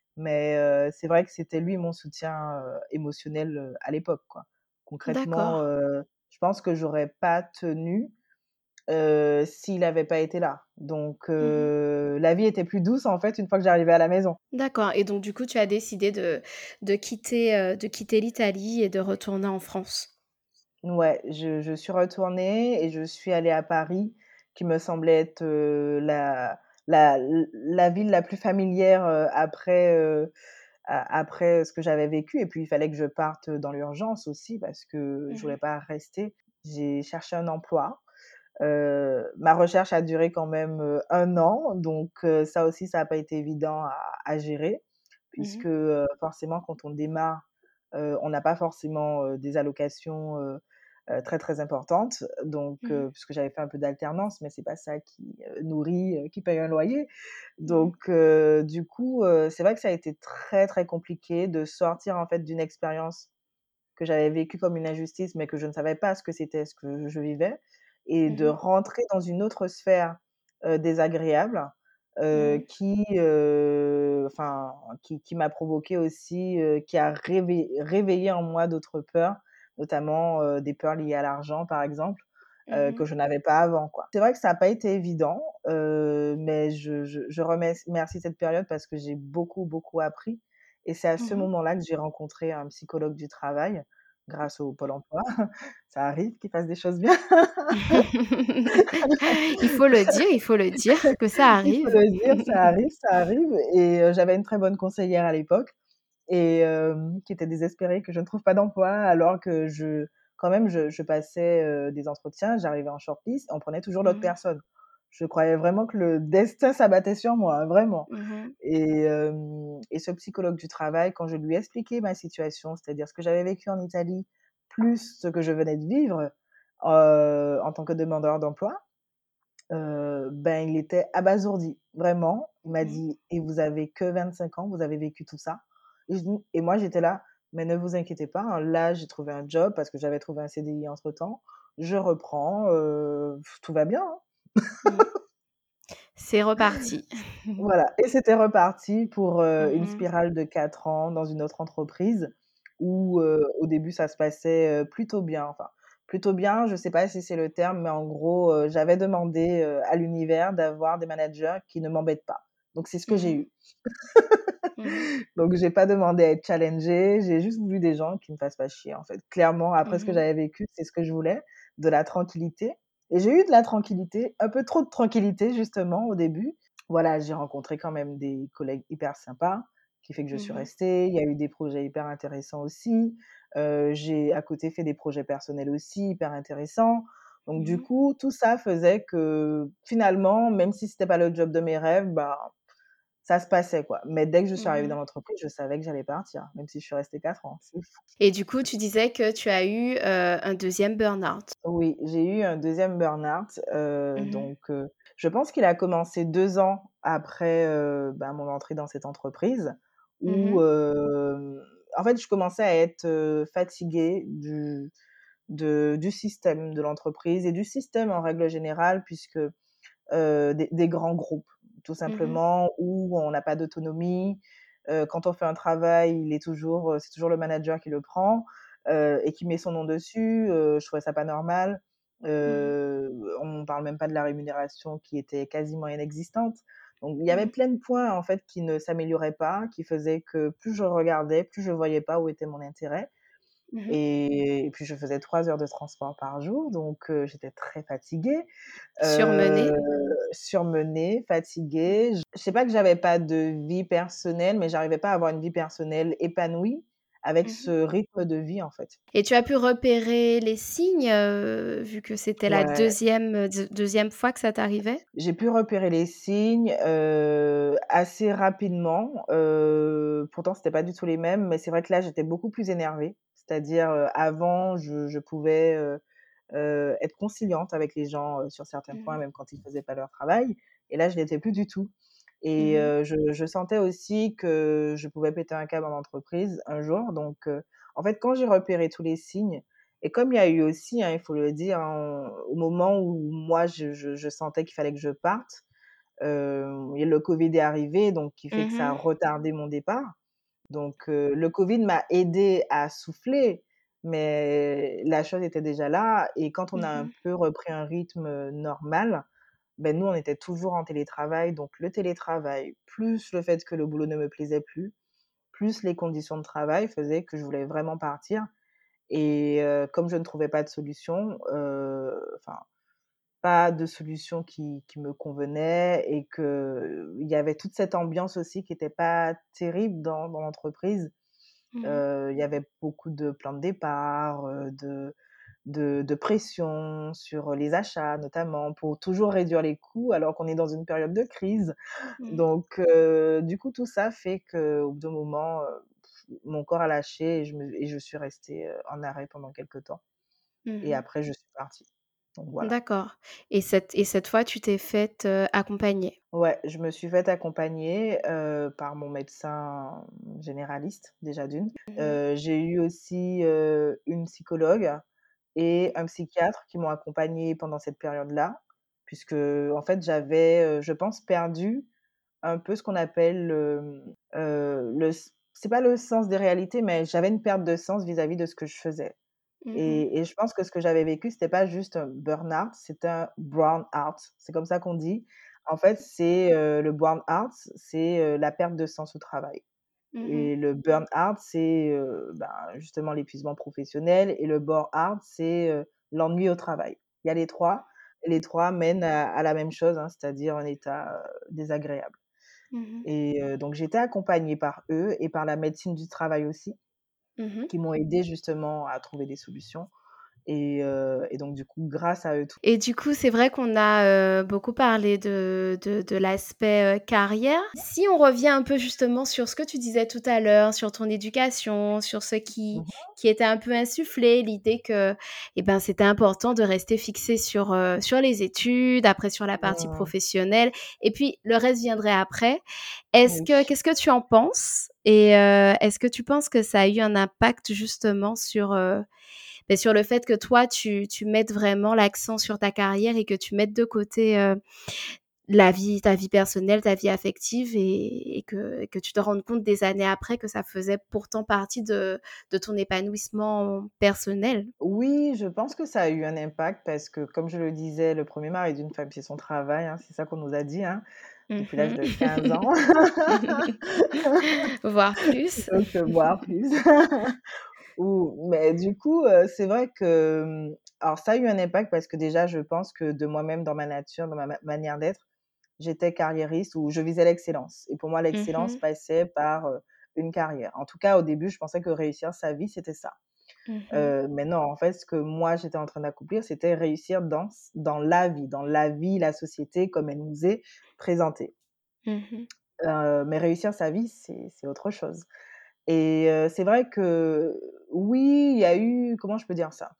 Mais heu, c'est vrai que c'était lui mon soutien, heu, émotionnel, heu, à l'époque, quoi. D'accord. Concrètement, heu, je pense que j'aurais pas tenu, heu, s'il avait pas été là. Donc Mmh. heu, la vie était plus douce, en fait, une fois que j'arrivais à la maison. D'accord et donc du coup, tu as décidé de de quitter, heu, de quitter l'Italie et de retourner en France? Ouais, je je suis retournée et je suis allée à Paris, qui me semblait être, heu, la la la ville la plus familière, heu, après, heu, a après ce que j'avais vécu et puis il fallait que je parte, dans l'urgence aussi parce que je voulais Mmh. pas rester. J'ai cherché un emploi, heu, ma recherche a duré quand même, heu, un an donc heu, ça aussi ça a pas été évident à à gérer puisque, Mmh. heu, forcément quand on démarre, heu, on n'a pas forcément, heu, des allocations, heu heu, très, très importantes donc Mmh. heu, puisque j'avais fait un peu d'alternance mais c'est pas ça qui, heu, nourrit, heu, qui paye un loyer Mmh. donc heu, du coup, heu, c'est vrai que ça a été très, très compliqué de sortir en fait d'une expérience que j'avais vécue comme une injustice, mais que je ne savais pas ce que c'était, ce que je vivais et de Mmh. rentrer dans une autre sphère, heu, désagréable, heu, Mmh. qui, heu, enfin, qui qui m'a provoqué aussi, heu, qui a réveil réveillé en moi d'autres peurs, notamment, heu, des peurs liées à l'argent, par exemple, heu, Mmh. que je n'avais pas avant, quoi. C'est vrai que ça a pas été évident, heu, mais je je je remercie remercie cette période parce que j'ai beaucoup, beaucoup appris et c'est à ce Mmh. moment-là que j'ai rencontré un psychologue du travail grâce au Pôle emploi. Ça arrive qu'il fasse des choses bien. Il faut le dire, il faut le dire que ça Il faut arrive. le dire, ça arrive, ça arrive et heu, j'avais une très bonne conseillère à l'époque et hem, qui était désespérée que je ne trouve pas d'emploi alors que je quand même je je passais, heu, des entretiens, j'arrivais en shortlist, on prenait toujours l'autre Mmh. personne. Je croyais vraiment que le destin s'abattait sur moi, hein, vraiment Mmh. et hem et ce psychologue du travail, quand je lui ai expliqué ma situation, c'est-à-dire ce que j'avais vécu en Italie, plus ce que je venais de vivre, heu, en tant que demandeur d'emploi, Heu, ben, il était abasourdi, vraiment. Il m'a Mmh. dit: «Et vous avez que vingt-cinq ans, vous avez vécu tout ça?» et je dis et moi j'étais là: «Mais ne vous inquiétez pas, hein, là j'ai trouvé un job» parce que j'avais trouvé un C D I entre-temps. «Je reprends, heu, tout va bien, hein». Mmh. C'est reparti. Voilà et c'était reparti pour, heu, une Mmh. spirale de quatre ans dans une autre entreprise où, heu, au début ça se passait, heu, plutôt bien, enfin, plutôt bien, je sais pas si c'est le terme, mais en gros, heu, j'avais demandé, heu, à l'univers d'avoir des managers qui ne m'embêtent pas. Donc c'est ce que j'ai Mmh. eu. Mmh. Donc j'ai pas demandé à être challengée, j'ai juste voulu des gens qui me fassent pas chier, en fait. Clairement, après ce que Mmh. j'avais vécu, c'est ce que je voulais, de la tranquillité et j'ai eu de la tranquillité, un peu trop de tranquillité justement au début. Voilà, j'ai rencontré quand même des collègues hyper sympas, qui fait que je suis Mmh. restée. Il y a eu des projets hyper intéressants aussi. Heu, j'ai à côté fait des projets personnels aussi hyper intéressants. Donc du Mmh. coup, tout ça faisait que finalement, même si c'était pas le job de mes rêves, bah, ça se passait quoi. Mais dès que je suis arrivée dans Mmh. l'entreprise, je savais que j'allais partir, même si je suis restée quatre ans. C'est fou. Et du coup, tu disais que tu as eu, heu, un deuxième burn-out? Oui, j'ai eu un deuxième burn-out, heu, Mmh. donc heu, je pense qu'il a commencé deux ans après, heu, bah, mon entrée dans cette entreprise où, Mmh. hem, en fait, je commençais à être, heu, fatiguée du de du système de l'entreprise et du système en règle générale puisque, heu, des des grands groupes, tout Mmh. simplement, où on n'a pas d'autonomie. Heu, quand on fait un travail, il est toujours, heu, c'est toujours le manager qui le prend, heu et qui met son nom dessus, heu, je trouvais ça pas normal. Mmh. Heu, on parle même pas de la rémunération qui était quasiment inexistante. Donc il y avait Mmh. plein de points, en fait, qui ne s'amélioraient pas, qui faisaient que plus je regardais, plus je voyais pas où était mon intérêt Mmh. et et puis je faisais trois heures de transport par jour, donc heu, j'étais très fatiguée. Heu, Surmenée? surmenée, Mmh. fatiguée. J je sais pas que j'avais pas de vie personnelle, mais j'arrivais pas à avoir une vie personnelle épanouie avec Mmh. ce rythme de vie, en fait. Et tu as pu repérer les signes, heu, vu que c'était la Ouais, deuxième e deux fois que ça t'arrivait? j'ai pu repérer les signes, heu, assez rapidement, heu, pourtant c'était pas du tout les mêmes, mais c'est vrai que là, j'étais beaucoup plus énervée. C'est-à-dire, heu, avant, je je pouvais, heu heu, être conciliante avec les gens, heu, sur certains points, Mmh. même quand ils faisaient pas leur travail et là, je l'étais plus du tout et Mmh. heu, je je sentais aussi que je pouvais péter un câble en entreprise un jour donc heu, en fait, quand j'ai repéré tous les signes et comme il y a eu aussi, hein, il faut le dire, hein, au moment où moi je je je sentais qu'il fallait que je parte, Heu, et le covid est arrivé, donc qui fait que ça a Mmh. retardé mon départ. Donc heu, le covid m'a aidée à souffler, mais la chose était déjà là et quand on a un Mmh. peu repris un rythme, heu, normal, ben nous, on était toujours en télétravail. Donc le télétravail, plus le fait que le boulot ne me plaisait plus, plus les conditions de travail faisaient que je voulais vraiment partir et heu, comme je ne trouvais pas de solution, heu, enfin, pas de solution qui qui me convenait et qu'il y avait toute cette ambiance aussi qui était pas terrible dans dans l'entreprise. Mmh. Heu, il y avait beaucoup de plans de départ, heu, de de de pression sur les achats notamment pour toujours réduire les coûts alors qu'on est dans une période de crise. Mmh. Donc heu, du coup, tout ça fait qu'au bout d'un moment, heu, mon corps a lâché et je me et je suis restée, heu, en arrêt pendant quelque temps et Mmh. après je suis partie. Donc voilà. D'accord, et cette et cette fois, tu t'es faite, heu, accompagner? Ouais, je me suis faite accompagner, heu, par mon médecin généraliste, déjà d'une. Mmh. Heu, j'ai eu aussi, heu, une psychologue et un psychiatre qui m'ont accompagnée pendant cette période-là, puisque, en fait, j'avais, heu, je pense, perdu un peu ce qu'on appelle, hem, heu, le s c'est pas le sens des réalités, mais j'avais une perte de sens vis-à-vis de ce que je faisais. Mmh. Et et je pense que ce que j'avais vécu, c'était pas juste un burn-out, c'était un brown-out. C'est comme ça qu'on dit. En fait, c'est, heu, le burn-out, c'est, heu, la perte de sens au travail Mmh. et le burn-out, c'est, heu, ben, justement l'épuisement professionnel et le bore-out, c'est, heu, l'ennui au travail. Il y a les trois et les trois mènent à à la même chose, hein, c'est-à-dire un état, heu, désagréable Mmh. et heu, donc j'étais accompagnée par eux et par la médecine du travail aussi, Mmh. qui m'ont aidée justement à trouver des solutions. Et heu et donc du coup, grâce à eux tous. Et du coup, c'est vrai qu'on a, heu, beaucoup parlé de de de l'aspect, heu, carrière. Si on revient un peu justement sur ce que tu disais tout à l'heure, sur ton éducation, sur ce qui Mmh. qui était un peu insufflé, l'idée que, eh ben, c'était important de rester fixé sur, heu, sur les études, après sur la partie Mmh. professionnelle et puis le reste viendrait après. Est-ce Oui. que qu'est-ce que tu en penses? Et heu, est-ce que tu penses que ça a eu un impact justement sur, heu beh, sur le fait que toi, tu tu mettes vraiment l'accent sur ta carrière et que tu mettes de côté, heu, la vie ta vie personnelle, ta vie affective et et que et que tu te rendes compte des années après que ça faisait pourtant partie de de ton épanouissement personnel? Oui, je pense que ça a eu un impact parce que comme je le disais, le premier mari d'une femme, c'est son travail, hein, c'est ça qu'on nous a dit, hein, depuis l'âge Mmh. de quinze ans. Voire plus. Donc heu, voire plus. Ou mais du coup, heu, c'est vrai que, mmh, alors ça a eu un impact parce que déjà je pense que de moi-même, dans ma nature, dans ma ma manière d'être, j'étais carriériste ou je visais l'excellence et pour moi l'excellence Mmh. passait par, heu, une carrière. En tout cas au début, je pensais que réussir sa vie, c'était ça. Mmh. Heu, mais non, en fait, ce que moi j'étais en train d'accomplir, c'était réussir dans s dans la vie, dans la vie, la société comme elle nous est présentée. Mmh. Heu, mais réussir sa vie, c'est c'est autre chose. Et heu, c'est vrai que oui, il y a eu comment je peux dire ça?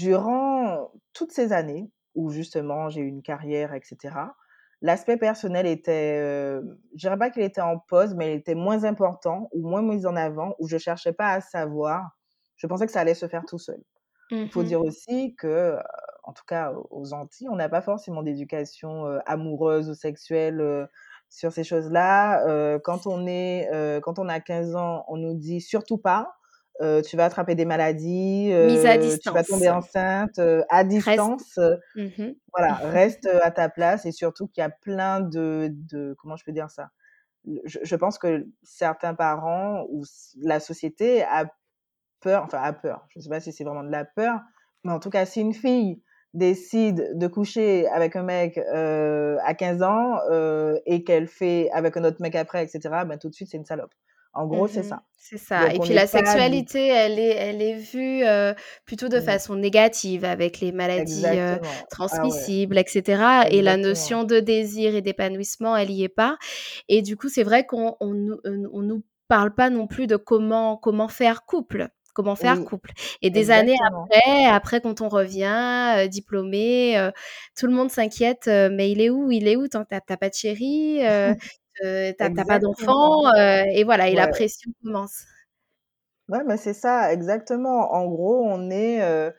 Durant toutes ces années où justement j'ai eu une carrière et cetera, l'aspect personnel était, heu, je dirais pas qu'il était en pause, mais il était moins important ou moins mis en avant, où je cherchais pas à savoir. Je pensais que ça allait se faire tout seul. Il faut Mmh. dire aussi que, heu, en tout cas aux aux Antilles, on n'a pas forcément d'éducation, heu, amoureuse ou sexuelle, heu, sur ces choses-là. Heu, quand on est, heu, quand on a quinze ans, on nous dit: «Surtout pas, heu, tu vas attraper des maladies, Mise à heu, tu vas distance. tomber enceinte, heu, à Reste distance, heu, mmh. voilà, reste, heu, à ta place» et surtout qu'il y a plein de de comment je peux dire ça? Je je pense que certains parents ou s la société a peur, enfin a peur, je ne sais pas si c'est vraiment de la peur, mais en tout cas, si une fille décide de coucher avec un mec, heu, à quinze ans, heu, et qu'elle fait avec un autre mec après et cetera, ben, tout de suite, c'est une salope. En gros, c'est Mmh. ça. C'est ça Donc et on puis n'est la pas du sexualité, elle est elle est vue, heu, plutôt de mmh, façon négative avec les maladies, heu, exactement. Ah ouais, transmissibles et cetera et la exactement. notion de désir et d'épanouissement, elle y est pas et du coup, c'est vrai qu'on on nous, heu, on nous parle pas non plus de comment comment faire couple comment faire Oui, couple et des années exactement. après après quand on revient, heu, diplômé, heu, tout le monde s'inquiète, heu: «Mais il est où? Il est où? Tu en tu as pas de chéri, heu, heu, tu as tu as pas Exactement. d'enfant?» heu et voilà et la Ouais. pression commence. Ouais, mais c'est ça, exactement. En gros, on est, heu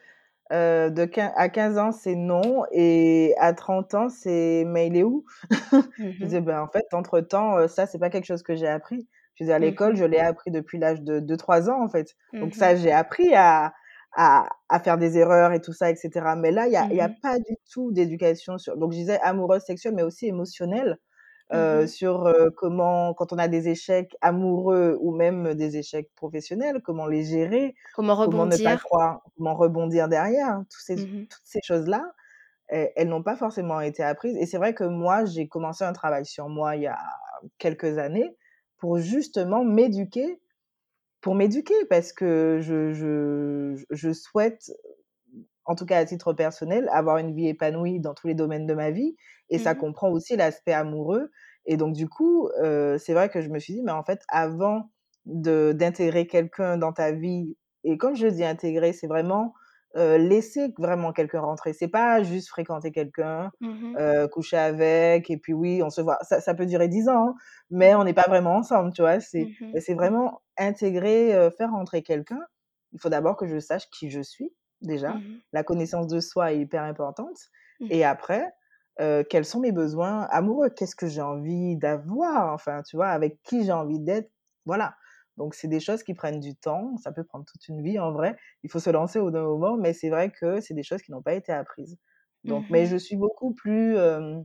Heu, de quin à quinze ans, c'est non et à trente ans, c'est mais il est où? Mmh Je mh. disais: «Ben, en fait, entre-temps, heu, ça, c'est pas quelque chose que j'ai appris». Je veux dire à Mmh l'école, mh. je l'ai appris depuis l'âge de deux trois ans, en fait. Donc Mmh ça, mh. j'ai appris à à à faire des erreurs et tout ça et cetera. Mais là, il y a il y Mmh a mh. pas du tout d'éducation sur donc je disais amoureuse, sexuelle, mais aussi émotionnelle, Mmh heu, mh. sur, heu, comment quand on a des échecs amoureux ou même des échecs professionnels, comment les gérer, Comment comment ne pas rebondir? croire comment rebondir derrière. Tous ces Mmh mh. toutes ces choses-là, elles elles n'ont pas forcément été apprises et c'est vrai que moi, j'ai commencé un travail sur moi il y a quelques années pour justement m'éduquer pour m'éduquer parce que je je je souhaite, en tout cas à titre personnel, avoir une vie épanouie dans tous les domaines de ma vie et Mmh ça mh. comprend aussi l'aspect amoureux et donc du coup, heu, c'est vrai que je me suis dit: «Mais en fait, avant de d'intégrer quelqu'un dans ta vie» et quand je dis intégrer, c'est vraiment, heu, laisser vraiment quelqu'un rentrer. C'est pas juste fréquenter quelqu'un, Mmh mh. heu, coucher avec et puis oui, on se voit ça ça peut durer dix ans, hein, mais Mmh. on n'est pas vraiment ensemble, tu vois? C'est Mmh mh. c'est Mmh. vraiment intégrer, heu, faire rentrer quelqu'un. Il faut d'abord que je sache qui je suis, déjà. Mmh mh. La connaissance de soi est hyper importante Mmh et mh. après, heu, quels sont mes besoins amoureux? Qu'est-ce que j'ai envie d'avoir? Enfin, tu vois? Avec qui j'ai envie d'être? Voilà. Donc c'est des choses qui prennent du temps, ça peut prendre toute une vie en vrai. Il faut se lancer au bout d'un moment, mais c'est vrai que c'est des choses qui n'ont pas été apprises. Donc Mmh mais mh. je suis beaucoup plus, hem,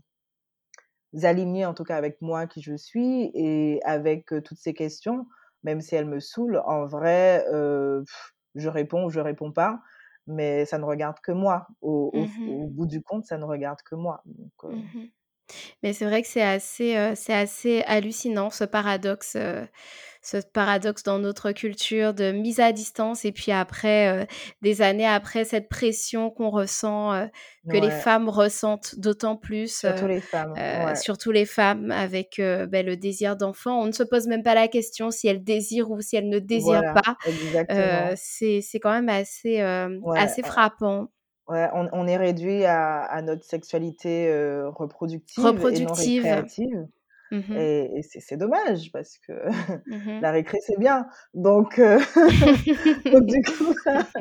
alignée en tout cas avec moi, qui je suis et avec, heu, toutes ces questions, même si elles me saoulent, en vrai, heu, je réponds ou je réponds pas, mais ça ne regarde que moi. Au au Mmh f mh. au bout du compte, ça ne regarde que moi, donc heu, Mmh mh. Mais c'est vrai que c'est assez, heu, c'est assez hallucinant ce paradoxe, heu, ce paradoxe dans notre culture de mise à distance et puis après, heu, des années après, cette pression qu'on ressent, heu, que les ouais, femmes ressentent d'autant plus, surtout heu les femmes, heu, ouais, surtout les femmes avec, heu, beh, le désir d'enfant. On ne se pose même pas la question si elles désirent ou si elles ne désirent voilà, pas. Heu, exactement. c'est c'est quand même assez, hem, Ouais, assez on frappant. ouais, on on est réduit à à notre sexualité, heu, reproductive et non Reproductive. récréative. Mmh mh. Et et c'est c'est dommage parce que Mmh mh. la récré, c'est bien. Donc heu, donc du coup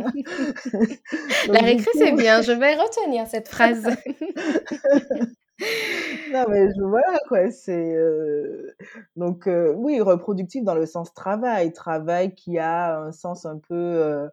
La donc du récré, c'est coup bien, je vais retenir cette phrase. non mais je voilà quoi, c'est, heu donc heu, oui, reproductif dans le sens travail, travail qui a un sens un peu, heu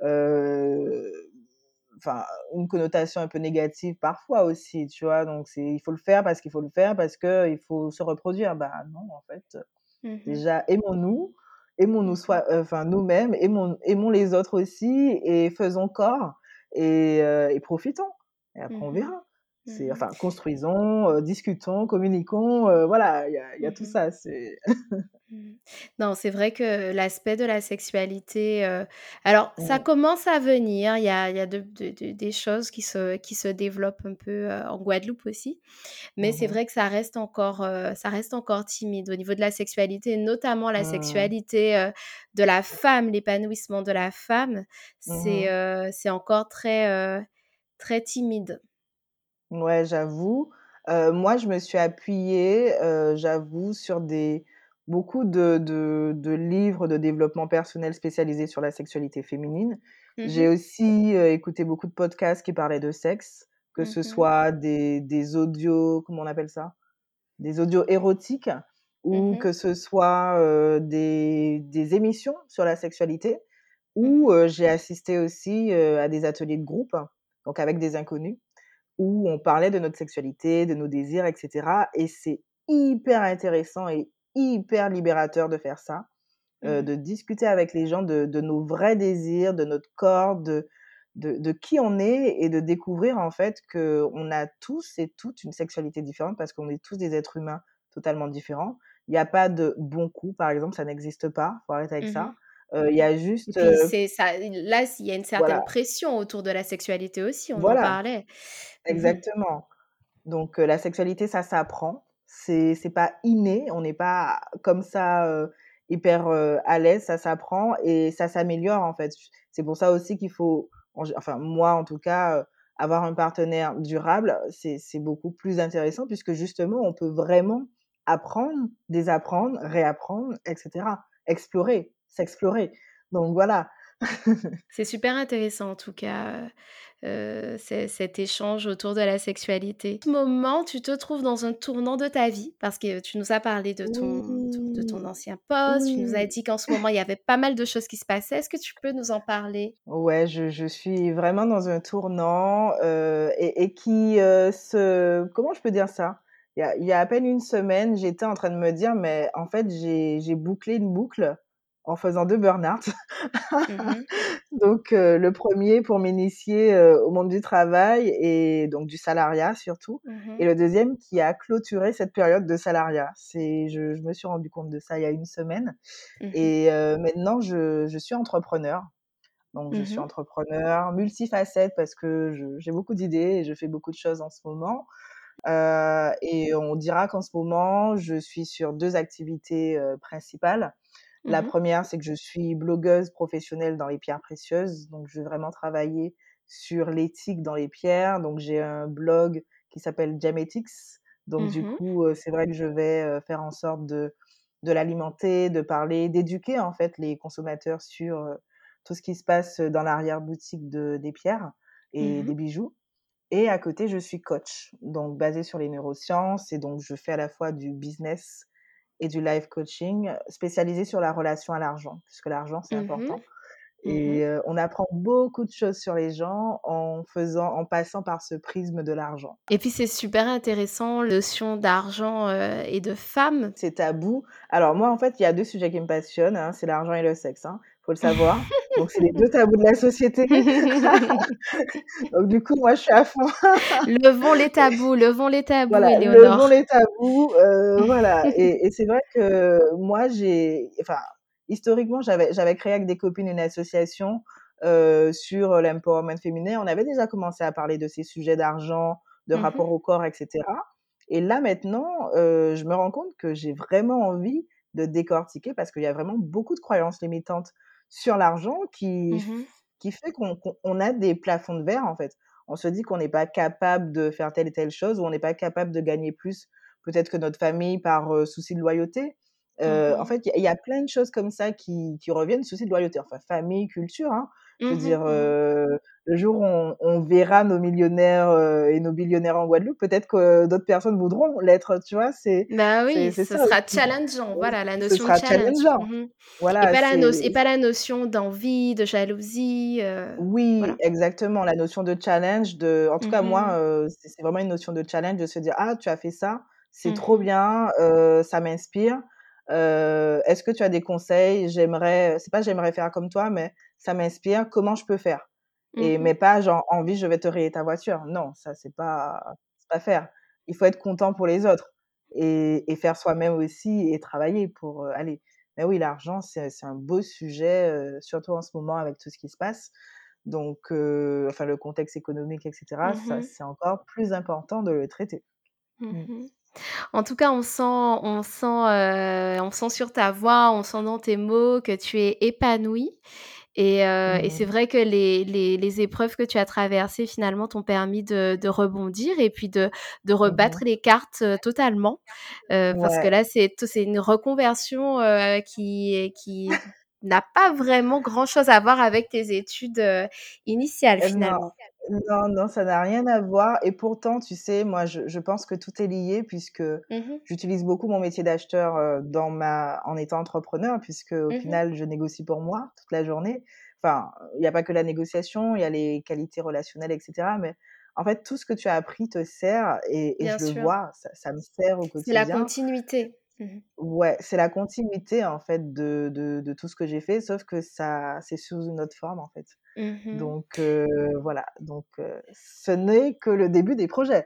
heu, enfin, une connotation un peu négative parfois aussi, tu vois? Donc c'est il faut le faire parce qu'il faut le faire, parce qu'il faut se reproduire. Bah non, en fait. Mmh mh. Déjà, aimons-nous, aimons-nous Mmh mh. soi heu, enfin nous-mêmes, aimons aimons les autres aussi et faisons corps et heu et profitons et après Mmh on mh. verra. C'est Mmh mh. enfin construisons, heu, discutons, communiquons, heu, voilà, il y a il y a Mmh tout mh. ça, c'est Mmh. Non, c'est vrai que l'aspect de la sexualité, heu, alors ça mmh, commence à venir, il y a il y a de de de des choses qui se qui se développent un peu, heu, en Guadeloupe aussi, mais mmh c'est mh, vrai que ça reste encore, heu, ça reste encore timide au niveau de la sexualité, notamment la mmh, sexualité, heu, de la femme, l'épanouissement de la femme, mmh c'est, mh. heu, c'est encore très, heu, très timide. Ouais, j'avoue. Heu, moi, je me suis appuyée, heu, j'avoue, sur des beaucoup de de de livres de développement personnel spécialisés sur la sexualité féminine. Mmh J'ai mh. aussi, heu, écouté beaucoup de podcasts qui parlaient de sexe, que Mmh ce mh. soit des des audios, comment on appelle ça? Des audios érotiques Mmh ou mh. que ce soit, heu, des des émissions sur la sexualité Mmh ou, mh. heu, j'ai assisté aussi, heu, à des ateliers de groupe, donc avec des inconnus où on parlait de notre sexualité, de nos désirs et cetera et c'est hyper intéressant et hyper libérateur de faire ça, heu, Mmh. de discuter avec les gens de de nos vrais désirs, de notre corps, de de de qui on est et de découvrir en fait qu'on a tous et toutes une sexualité différente parce qu'on est tous des êtres humains totalement différents. Il y a pas de bon coup, par exemple, ça n'existe pas, faut arrêter avec Mmh mh. ça. Heu, il y Mmh. a Et juste, puis heu, c'est ça là, il y a une certaine voilà, pression autour de la sexualité aussi, on en voilà, parlait. Mmh mh. exactement. Donc heu, la sexualité, ça s'apprend. C'est c'est pas inné, on n'est pas comme ça, heu, hyper, heu, à l'aise, ça s'apprend et ça s'améliore, en fait. C'est pour ça aussi qu'il faut en gé enfin moi, en tout cas, heu, avoir un partenaire durable, c'est c'est beaucoup plus intéressant puisque justement, on peut vraiment apprendre, désapprendre, réapprendre et cetera. Explorer, s'explorer. Donc voilà. C'est super intéressant en tout cas, heu heu, c'est cet échange autour de la sexualité. En ce moment, tu te trouves dans un tournant de ta vie parce que tu nous as parlé de ton de ton Oui, ancien poste, tu nous as oui. dit qu'en ce moment, il y avait pas mal de choses qui se passaient. Est-ce que tu peux nous en parler? Ouais, je je suis vraiment dans un tournant, heu et et qui, heu, se comment je peux dire ça? Il y a il y a à peine une semaine, j'étais en train de me dire: «Mais en fait, j'ai j'ai bouclé une boucle en faisant deux burn-out». Mmh mh. Donc heu, le premier pour m'initier, heu, au monde du travail et donc du salariat surtout Mmh et mh. le deuxième qui a clôturé cette période de salariat. C'est je je me suis rendu compte de ça il y a une semaine Mmh mh. et heu, maintenant je je suis entrepreneur. Donc je Mmh suis mh. entrepreneur, multifacette parce que je j'ai beaucoup d'idées et je fais beaucoup de choses en ce moment. Heu et on dira qu'en ce moment, je suis sur deux activités, heu, principales. La Mmh mh. première, c'est que je suis blogueuse professionnelle dans les pierres précieuses, donc je vais vraiment travailler sur l'éthique dans les pierres. Donc j'ai un blog qui s'appelle Gemetix. Donc Mmh du mh. coup, heu, c'est vrai que je vais, heu, faire en sorte de de l'alimenter, de parler, d'éduquer en fait les consommateurs sur, heu, tout ce qui se passe, dans l'arrière-boutique de des pierres et Mmh mh. des bijoux. Et à côté, je suis coach, donc basée sur les neurosciences et donc je fais à la fois du business et du life coaching, spécialisé sur la relation à l'argent, puisque l'argent, c'est Mmh mh. important Mmh mh. et heu, on apprend beaucoup de choses sur les gens en faisant en passant par ce prisme de l'argent. Et puis c'est super intéressant, notion d'argent, heu et de femme. C'est tabou. Alors moi, en fait, il y a deux sujets qui me passionnent, hein, c'est l'argent et le sexe, hein, faut le savoir. Donc c'est les deux tabous de la société. Donc du coup, moi, je suis à fond. Levons les tabous, levons les tabous, Voilà, levons Éléonore. les tabous, heu, voilà et et c'est vrai que moi j'ai enfin, historiquement, j'avais j'avais créé avec des copines une association, heu, sur l'empowerment féminin. On avait déjà commencé à parler de ces sujets d'argent, de Mmh mh. rapport au corps et cetera et là maintenant, heu, je me rends compte que j'ai vraiment envie de décortiquer parce qu'il y a vraiment beaucoup de croyances limitantes sur l'argent qui f Mmh mh. qui fait qu'on qu'on on a des plafonds de verre, en fait. On se dit qu'on n'est pas capable de faire telle et telle chose ou on n'est pas capable de gagner plus peut-être que notre famille par, heu, souci de loyauté. Mmh Heu, en mh. fait, il y a il y a plein de choses comme ça qui qui reviennent, souci de loyauté, enfin famille, culture, hein. Je veux Mmh mh. dire, Mmh mh. heu, le jour où on on verra nos millionnaires, heu et nos billionnaires en Guadeloupe, peut-être que d'autres personnes voudront l'être, tu vois? C'est Bah c'est oui, c'est ce ça sera aussi. challengeant, Oui, voilà, la ce notion de sera challenge. challengeant. Mmh mh et Voilà, pas la no et c'est pas la notion d'envie, de jalousie, heu, Oui, voilà. exactement, la notion de challenge, de en tout Mmh cas moi, mh. heu, c'est c'est vraiment une notion de challenge de se dire: «Ah, tu as fait ça, c'est Mmh trop mh. bien, heu, ça m'inspire. Heu, est-ce que tu as des conseils? J'aimerais c'est pas j'aimerais faire comme toi, mais ça m'inspire, comment je peux faire?» Mmh et mh. mais pas genre: «Envie, je vais te rayer ta voiture». Non, ça c'est pas c'est pas faire. Il faut être content pour les autres et et faire soi-même aussi et travailler pour, heu, aller mais oui, l'argent, c'est c'est un beau sujet, heu, surtout en ce moment avec tout ce qui se passe. Donc heu, enfin le contexte économique et cetera, Mmh ça mh. c'est encore plus important de le traiter. Mmh Mmh. mh. En tout cas, on sent on sent, heu, on sent sur ta voix, on sent dans tes mots que tu es épanouie et heu et Mmh c'est mh. vrai que les les les épreuves que tu as traversées finalement t'ont permis de de rebondir et puis de de Mmh rebattre mh. les cartes, heu, totalement. Heu, parce que Ouais. là, c'est t c'est une reconversion, heu, qui est qui n'a pas vraiment grand chose à voir avec tes études, heu, initiales Heu, non, finalement. non, non, ça n'a rien à voir et pourtant, tu sais, moi je je pense que tout est lié puisque Mmh mh. j'utilise beaucoup mon métier d'acheteur, heu, dans ma en étant entrepreneur puisqu'au Mmh mh. final, je négocie pour moi toute la journée. Enfin, il y a pas que la négociation, il y a les qualités relationnelles et cetera, mais en fait, tout ce que tu as appris te sert et et Bien je le sûr. vois, ça ça me sert au C'est la quotidien. continuité. Mmh mh. Ouais, c'est la continuité en fait de de de tout ce que j'ai fait, sauf que ça c'est sous une autre forme en fait. Mmh mh. Donc heu, voilà, donc heu, ce n'est que le début des projets.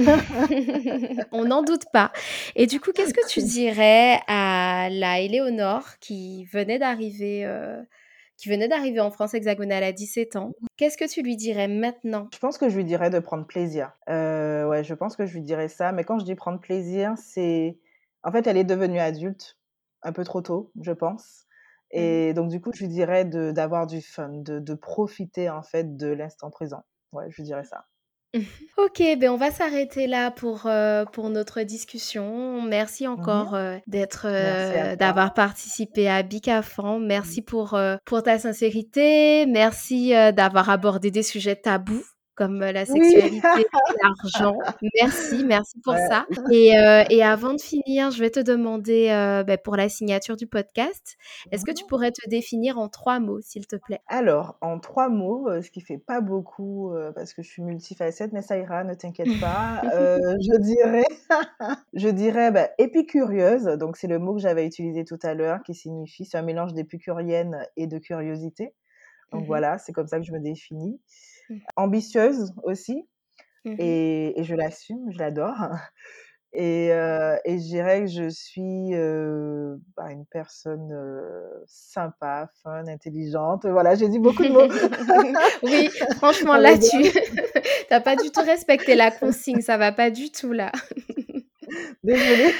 On n'en doute pas et du coup, qu'est-ce que tu dirais à la Éléonore qui venait d'arriver, heu, qui venait d'arriver en France hexagonale à dix-sept ans? Qu'est-ce que tu lui dirais maintenant? Je pense que je lui dirais de prendre plaisir. Heu, ouais, je pense que je lui dirais ça, mais quand je dis prendre plaisir, c'est en fait, elle est devenue adulte un peu trop tôt, je pense Mmh mh. et donc du coup, je lui dirais de d'avoir du fun, de de profiter en fait de l'instant présent. Ouais, je lui dirais ça. OK, ben, on va s'arrêter là pour, heu, pour notre discussion. Merci Mmh. encore, heu, d'être, Merci à heu, toi. d'avoir participé à Bicafan. Mmh. Merci pour, heu, pour ta sincérité. Merci, heu, d'avoir abordé des sujets tabous comme, heu, la Oui. sexualité et l'argent. Merci, merci pour Ouais. ça et heu et avant de finir, je vais te demander, heu, beh, pour la signature du podcast, est-ce que tu Mmh. pourrais te définir en trois mots, s'il te plaît? Alors, en trois mots, heu, ce qui fait pas beaucoup, heu, parce que je suis multifacette, mais ça ira, ne t'inquiète pas. Heu, je dirais je dirais, bah, épicurieuse, donc c'est le mot que j'avais utilisé tout à l'heure qui signifie c'est un mélange d'épicurienne et de curiosité. Donc Mmh mh. voilà, c'est comme ça que je me définis. Mmh. Ambitieuse aussi Mmh mh. et et je l'assume, je l'adore. Et heu et je dirais que je suis, heu, bah, une personne, heu, sympa, fun, intelligente. Voilà, j'ai dit beaucoup de mots. Oui, franchement, On là, est tu bon? tu pas du tout respecté la consigne, ça va pas du tout, là. Désolée.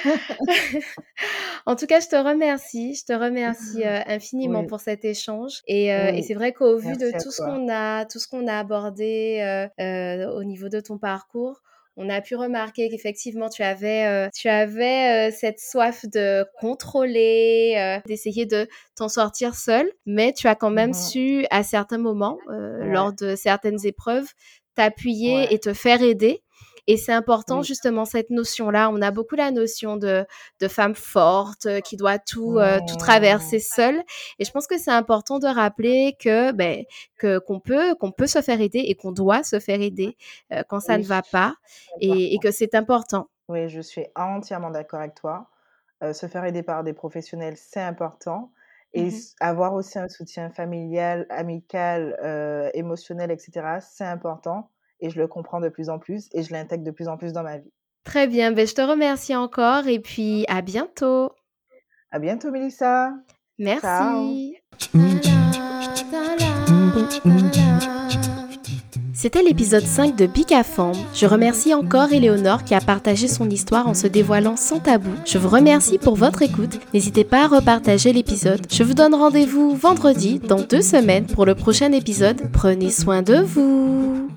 En tout cas, je te remercie, je te remercie, heu, infiniment Oui, pour cet échange et heu et oui, c'est vrai qu'au vu de merci à tout ce toi. qu'on a tout ce qu'on a abordé, heu heu, au niveau de ton parcours, on a pu remarquer qu'effectivement tu avais, heu, tu avais, heu, cette soif de contrôler, heu, d'essayer de t'en sortir seule, mais tu as quand même Mmh. su à certains moments, heu, Ouais, lors de certaines épreuves, t'appuyer ouais, et te faire aider et c'est important oui. justement cette notion-là. On a beaucoup la notion de de femme forte, heu, qui doit tout, heu, tout Mmh. traverser seule et je pense que c'est important de rappeler que, beh, que qu'on peut qu'on peut se faire aider et qu'on doit se faire aider, heu, quand ça ne Oui, va pas c'est et et important. que c'est important. Oui, je suis entièrement d'accord avec toi. Heu, se faire aider par des professionnels, c'est important et Mmh. s avoir aussi un soutien familial, amical, heu, émotionnel et cetera, c'est important et je le comprends de plus en plus et je l'intègre de plus en plus dans ma vie. Très bien, beh, je te remercie encore et puis à bientôt. À bientôt Mélissa. Ciao. Merci. C'était l'épisode cinq de Bicafam. Je remercie encore Éléonore qui a partagé son histoire en se dévoilant sans tabou. Je vous remercie pour votre écoute. N'hésitez pas à repartager l'épisode. Je vous donne rendez-vous vendredi dans deux semaines pour le prochain épisode. Prenez soin de vous.